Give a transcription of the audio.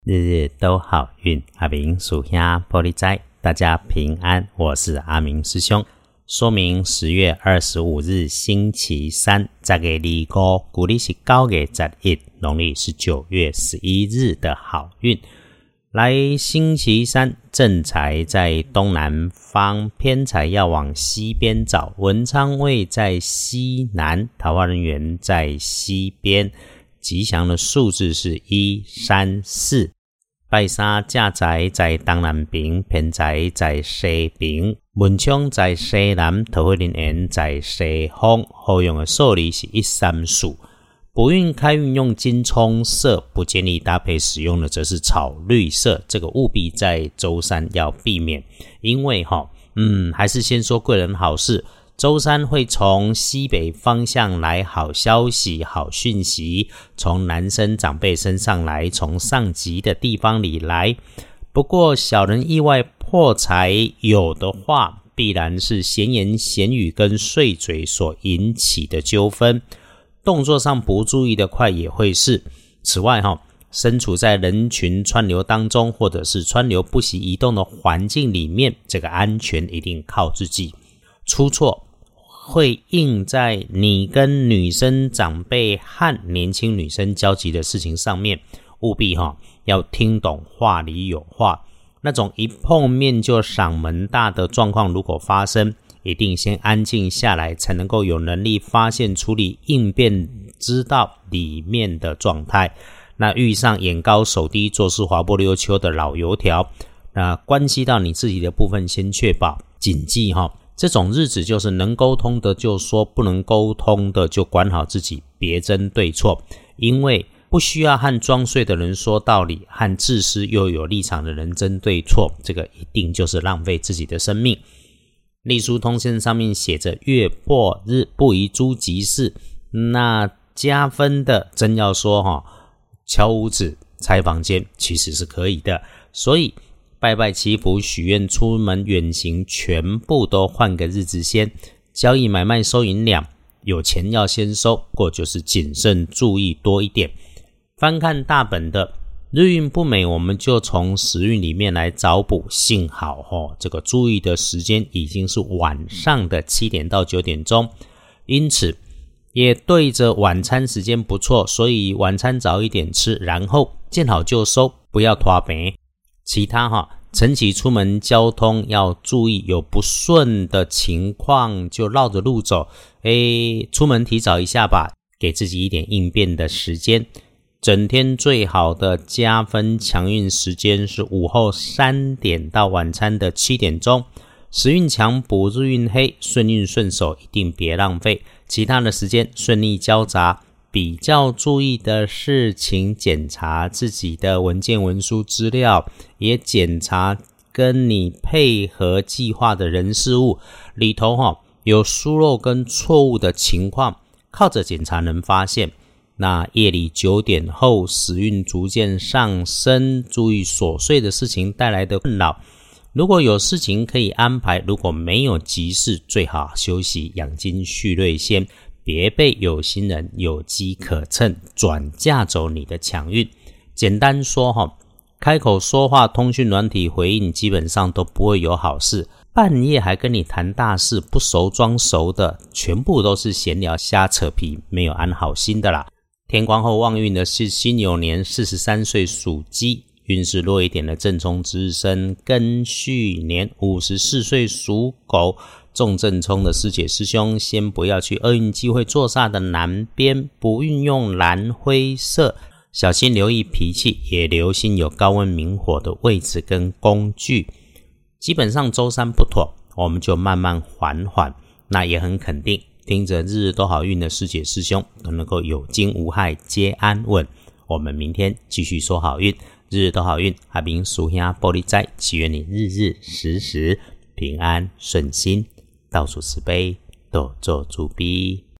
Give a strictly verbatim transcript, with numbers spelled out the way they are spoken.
日日都好运，阿明属兄玻璃斋，大家平安，我是阿明师兄。说明十月二十五日星期三，十月二五，古历是九月十一，农历是九月十一日的好运。来，星期三正财在东南方，偏财要往西边找，文昌位在西南，桃花人缘在西边。吉祥的数字是一、三、四。拜三正财在东南边，偏财在西边，文昌在西南，桃花人缘在西方。好用的数字是一、三、四。不运开运用金葱色，不建议搭配使用的则是草绿色，这个务必在周三要避免。因为齁，嗯，还是先说贵人好事。周三会从西北方向来好消息、好讯息，从男生长辈身上来，从上级的地方里来。不过小人意外破财有的话，必然是闲言闲语跟碎嘴所引起的纠纷。动作上不注意的快也会是。此外齁，身处在人群川流当中，或者是川流不息移动的环境里面，这个安全一定靠自己。出错会应在你跟女生长辈和年轻女生交集的事情上面，务必齁要听懂话里有话。那种一碰面就嗓门大的状况如果发生，一定先安静下来，才能够有能力发现、处理、应变，知道里面的状态。那遇上眼高手低、做事滑不溜秋的老油条，那关系到你自己的部分，先确保谨记齁。这种日子就是能沟通的就说，不能沟通的就管好自己，别争对错。因为不需要和装睡的人说道理，和自私又有立场的人争对错，这个一定就是浪费自己的生命。隶书通胜上面写着月破日不宜诸吉事，那加分的真要说齁，敲屋子、拆房间其实是可以的。所以拜拜祈福、许愿、出门远行，全部都换个日子先。交易买卖收银两，有钱要先收，过就是谨慎注意多一点。翻看大本的日运不美，我们就从时运里面来找补。幸好齁，这个注意的时间已经是晚上的七点到九点钟，因此也对着晚餐时间不错，所以晚餐早一点吃，然后见好就收，不要拖平。其他哈，晨起出门交通要注意，有不顺的情况就绕着路走，诶，出门提早一下吧，给自己一点应变的时间。整天最好的加分强运时间是午后三点到晚餐的七点钟。时运强补日运黑，顺运顺手一定别浪费。其他的时间顺利交杂，比较注意的是，请检查自己的文件文书资料，也检查跟你配合计划的人事物里头齁，有疏漏跟错误的情况，靠着检查能发现。那夜里九点后时运逐渐上升，注意琐碎的事情带来的困扰。如果有事情可以安排，如果没有急事，最好休息养精蓄锐先，别被有心人有机可乘转嫁走你的强运。简单说齁，开口说话通讯软体回应基本上都不会有好事，半夜还跟你谈大事，不熟装熟的，全部都是闲聊瞎扯皮，没有安好心的啦。天光后旺运的是辛酉年四十三岁属鸡，运势弱一点的正冲值日生庚戌年五十四岁属狗，重正冲的师姐师兄先不要去厄运机会坐煞的南边，不运用蓝灰色，小心留意脾气，也留心有高温明火的位置跟工具。基本上周三不妥，我们就慢慢缓缓。那也很肯定，听着日日都好运的师姐师兄都能够有惊无害，皆安稳。我们明天继续说好运，日日都好运。阿明属兄玻璃斋，祈愿你日日时时平安顺心，到处慈悲，多做主逼。